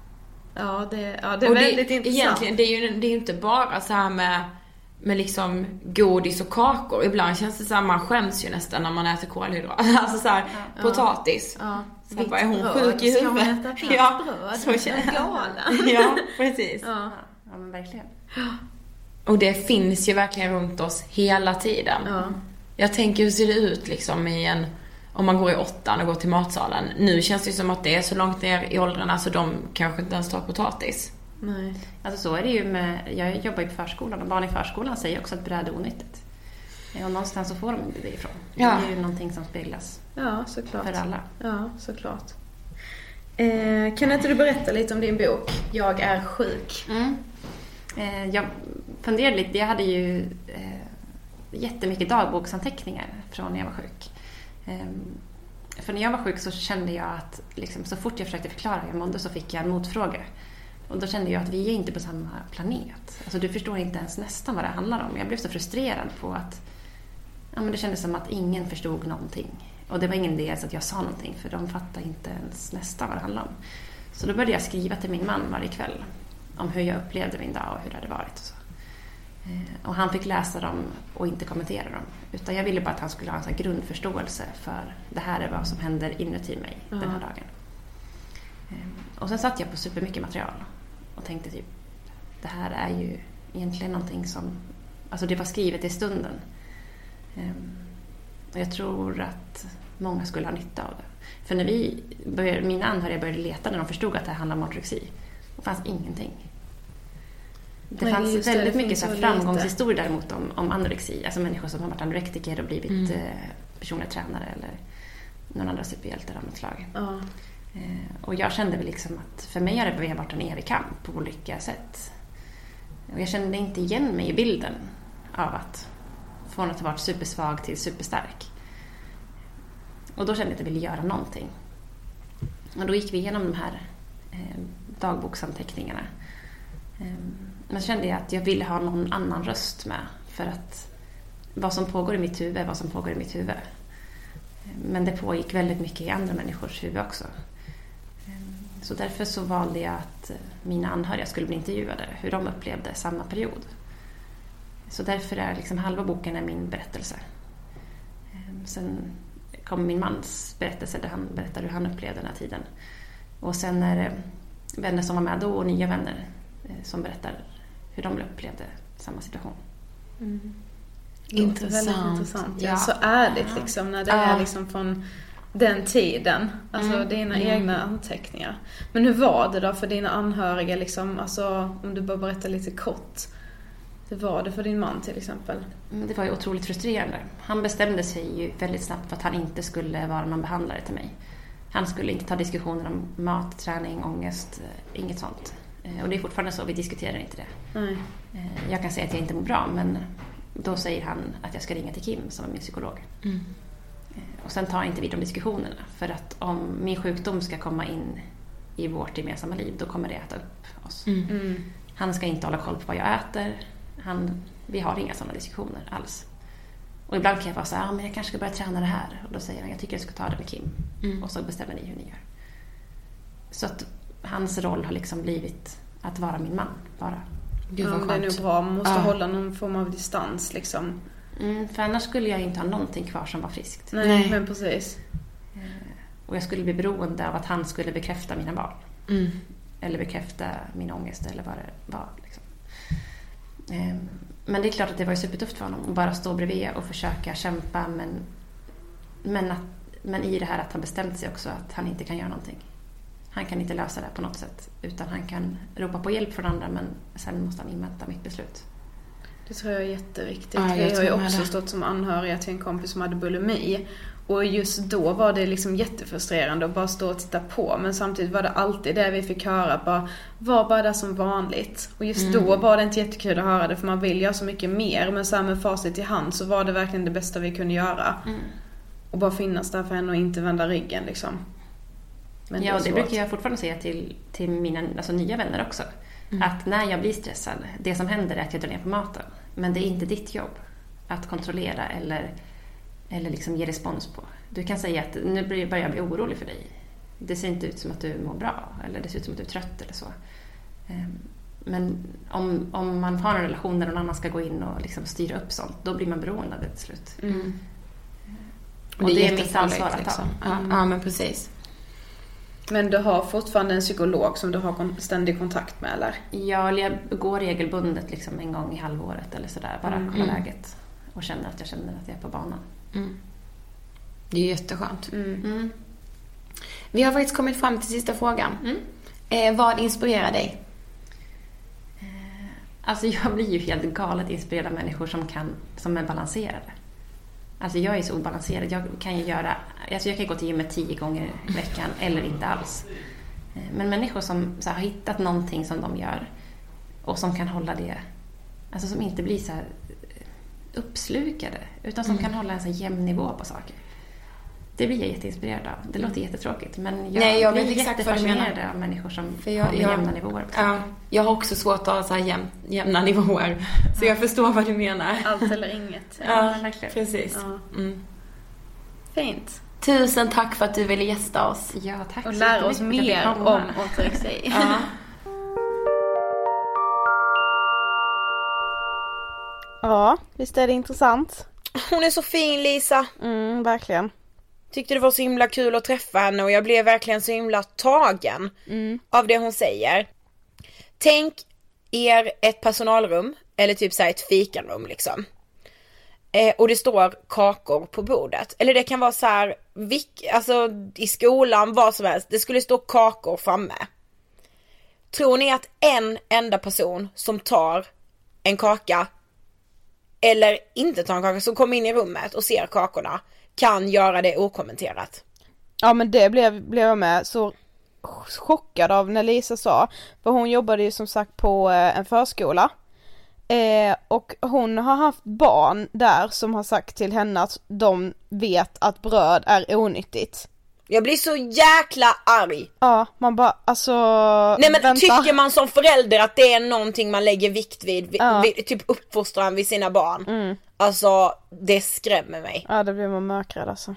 Ja, det, ja, det är och väldigt det, intressant. Egentligen, det är ju det är inte bara så här med, med liksom godis och kakor. Ibland känns det så här, man skäms ju nästan när man äter kolhydrat. Alltså så här, ja. potatis. Ja. Så här, bara, är hon sjuk i huvudet? Ja, bröd. så känner jag. Galen. Ja, precis. Ja. Ja, men verkligen. Och det finns ju verkligen runt oss hela tiden. Ja. Jag tänker, hur ser det ut liksom i en... Om man går i åttan och går till matsalen. Nu känns det som att det är så långt ner i åldrarna så de kanske inte ens tar potatis. Nej. Alltså så är det ju med... Jag jobbar ju på förskolan och barn i förskolan säger också att bröd är onyttigt. Och någonstans så får de det ifrån. Ja. Det är ju någonting som speglas. Ja, såklart. För alla. Ja, såklart. Eh, kan inte du berätta lite om din bok? Jag är sjuk. Mm. Eh, jag funderade lite. Jag hade ju eh, jättemycket dagboksanteckningar från när jag var sjuk. för när jag var sjuk så kände jag att liksom, så fort jag försökte förklara hur jag mådde så fick jag en motfråga. Och då kände jag att vi är inte på samma planet. Alltså du förstår inte ens nästan vad det handlar om. Jag blev så frustrerad på att ja, men det kändes som att ingen förstod någonting. Och det var ingen idé att jag sa någonting, för de fattade inte ens nästan vad det handlade om. Så då började jag skriva till min man varje kväll om hur jag upplevde min dag och hur det hade varit. Och, så. och han fick läsa dem och inte kommentera dem. Utan jag ville bara att han skulle ha en sån här grundförståelse för det här är vad som händer inuti mig mm. den här dagen. Och sen satt jag på supermycket material och tänkte typ, det här är ju egentligen någonting som, alltså det var skrivet i stunden. Och jag tror att många skulle ha nytta av det. För när vi började, mina anhöriga började leta när de förstod att det handlade om anorexi, det fanns ingenting. Det Nej, fanns det, väldigt det mycket så framgångshistorier däremot om, om anorexi. Alltså människor som har varit anorektiker och blivit mm. personliga tränare eller någon andra superhjältar av något slag. Ja. Och jag kände väl liksom att för mig har det varit en evig kamp på olika sätt. Och jag kände inte igen mig i bilden av att från att ha varit supersvag till superstark. Och då kände jag att jag ville göra någonting. Och då gick vi igenom de här eh, dagboksanteckningarna. Eh, men så kände jag att jag ville ha någon annan röst med. För att vad som pågår i mitt huvud är vad som pågår i mitt huvud. Men det pågick väldigt mycket i andra människors huvud också. Så därför så valde jag att mina anhöriga skulle bli intervjuade. Hur de upplevde samma period. Så därför är liksom halva boken är min berättelse. Sen kom min mans berättelse där han berättar hur han upplevde den här tiden. Och sen är det vänner som var med då och nya vänner som berättar hur de upplevde samma situation. Mm. Intressant. Väldigt intressant. Ja. Ja. Så ärligt liksom när det Ja. är liksom från den tiden. Alltså Mm. dina Mm. egna anteckningar. Men hur var det då för dina anhöriga liksom, alltså om du bara berättar lite kort. Hur var det för din man till exempel? Det var ju otroligt frustrerande. Han bestämde sig ju väldigt snabbt för att han inte skulle vara någon behandlare till mig. Han skulle inte ta diskussioner om mat, träning, ångest, inget sånt. Och det är fortfarande så, vi diskuterar inte det. Nej. Jag kan säga att jag inte mår bra, men då säger han att jag ska ringa till Kim som är min psykolog. Mm. Och sen tar inte vi de diskussionerna. För att om min sjukdom ska komma in i vårt gemensamma liv, då kommer det äta upp oss. Mm. Mm. Han ska inte hålla koll på vad jag äter. Han, vi har inga sådana diskussioner alls. Och ibland kan jag vara så här, ah, men jag kanske ska börja träna det här. Och då säger han, jag tycker jag ska ta det med Kim. Mm. Och så bestämmer ni hur ni gör. Så att hans roll har liksom blivit att vara min man, bara. Gud, ja, vad det är skönt. nog bra, man måste Ja. hålla någon form av distans liksom. Mm, för annars skulle jag inte ha någonting kvar som var friskt. Nej, Nej. men precis. Och jag skulle bli beroende av att han skulle bekräfta mina barn. Mm. Eller bekräfta min ångest eller vad det var. Liksom. Men det är klart att det var ju supertufft för honom att bara stå bredvid och försöka kämpa. Men, men, att, men i det här att han bestämt sig också att han inte kan göra någonting. Han kan inte lösa det på något sätt. Utan han kan ropa på hjälp från andra, men sen måste han invänta mitt beslut. Det tror jag är jätteviktigt. Ja, jag Vi har ju tror med också det. stått som anhöriga till en kompis som hade bulimi. Och just då var det liksom jättefrustrerande att bara stå och titta på. Men samtidigt var det alltid det vi fick höra. Bara, var bara där som vanligt. Och just Mm. då var det inte jättekul att höra det. För man vill göra så mycket mer. Men så här med facit i hand så var det verkligen det bästa vi kunde göra. Mm. Och bara finnas där för henne och inte vända ryggen liksom. Men Ja, är och det svårt. brukar jag fortfarande säga till, till mina alltså, nya vänner också. Mm. Att när jag blir stressad, det som händer är att jag drar ner på maten. Men det är inte ditt jobb att kontrollera eller, eller liksom ge respons på. Du kan säga att nu börjar jag bli orolig för dig. Det ser inte ut som att du mår bra. Eller det ser ut som att du är trött eller så. Men om, om man har en relation där någon annan ska gå in och liksom styra upp sånt, då blir man beroende av det till slut. Mm. Och det, det är mitt ansvar att liksom. ta. Ja, ja, men precis. Men du har fortfarande en psykolog som du har kon- ständig kontakt med, eller? Ja, jag går regelbundet liksom en gång i halvåret eller sådär. Bara Mm. kolla läget. Och känner att jag känner att jag är på banan. Mm. Det är jätteskönt. Mm. Mm. Vi har faktiskt kommit fram till sista frågan. Mm. Eh, vad inspirerar dig? Alltså jag blir ju helt galet inspirerad av människor som, kan, som är balanserade. Alltså jag är så obalanserad. Jag kan ju göra, alltså jag kan gå till gymmet tio gånger i veckan eller inte alls. Men människor som så här, har hittat någonting som de gör och som kan hålla det, alltså som inte blir så här uppslukade, utan som Mm. kan hålla en så här jämn nivå på saker. Det blir jag jätteinspirerad av. Det låter jättetråkigt, men jag, Nej, jag blir vet exakt vad du menar. av människor som För jag, har med jag, jämna nivåer. Ja, jag har också svårt att ha så här jäm, jämna nivåer. Så jag förstår vad du menar. Allt eller inget. Ja, Ja, verkligen. precis. Ja. Mm. Fint. Tusen tack för att du ville gästa oss. Ja, tack Och så lära oss jättemycket för att mer jag om fick komma. ortorexi. Ja. Ja, visst är det intressant. Hon är så fin, Lisa. Mm, verkligen. Tyckte det var så himla kul att träffa henne och jag blev verkligen så himla tagen Mm. av det hon säger. Tänk er ett personalrum eller typ så här ett fikarum liksom. Eh, och det står kakor på bordet. Eller det kan vara så här, vilk, alltså i skolan, vad som helst. Det skulle stå kakor framme. Tror ni att en enda person som tar en kaka eller inte tar en kaka, som kommer in i rummet och ser kakorna, kan göra det okommenterat? Ja, men det blev, blev jag med så chockad av när Lisa sa. För hon jobbade ju som sagt på eh, en förskola. Eh, och hon har haft barn där som har sagt till henne att de vet att bröd är onyttigt. Jag blir så jäkla arg. Ja, man bara, alltså... Nej men vänta. tycker man som förälder att det är någonting man lägger vikt vid, vid, Ja. vid typ uppfostran vid sina barn. Mm. Alltså, det skrämmer mig. Ja, det blir man mörkrädd alltså.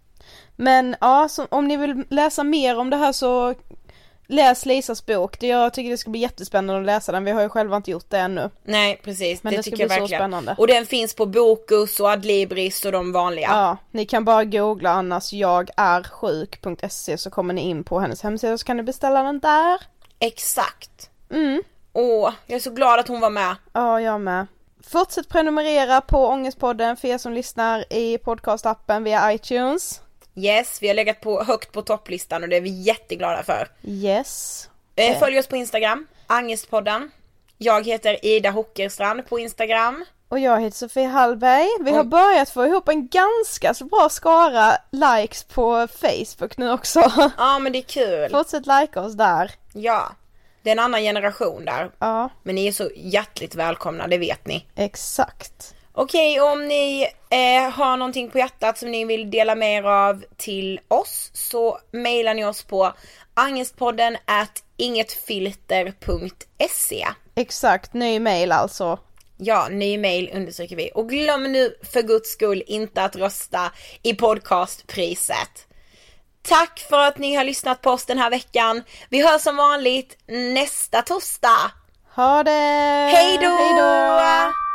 Men ja, så, om ni vill läsa mer om det här så läs Lisas bok. Det, jag tycker det ska bli jättespännande att läsa den. Vi har ju själva inte gjort det ännu. Nej, precis. Men det, det ska tycker jag bli så verkligen. spännande. Och den finns på Bokus och Adlibris och de vanliga. Ja, ni kan bara googla annars jag är sjuk punkt se så kommer ni in på hennes hemsida så kan ni beställa den där. Exakt. Mm. Åh, jag är så glad att hon var med. Ja, jag med. Fortsätt prenumerera på Ångestpodden för er som lyssnar i podcastappen via iTunes. Yes, vi har legat på, högt på topplistan och det är vi jätteglada för. Yes. Eh, följ oss på Instagram, Angestpodden. Jag heter Ida Hockerstrand på Instagram. Och jag heter Sofie Hallberg. Vi har börjat få ihop en ganska så bra skara likes på Facebook nu också. Ja, men det är kul. Fortsätt like oss där. Ja, det är en annan generation där. Ja. Men ni är så hjärtligt välkomna, det vet ni. Exakt. Okej, om ni eh, har någonting på hjärtat som ni vill dela med er av till oss så mejlar ni oss på angestpodden at ingetfilter punkt se. Exakt, ny mail alltså. Ja, ny mail understryker vi. Och glöm nu för guds skull inte att rösta i podcastpriset. Tack för att ni har lyssnat på oss den här veckan. Vi hörs som vanligt nästa torsdag. Ha det! Hej då! Hej då!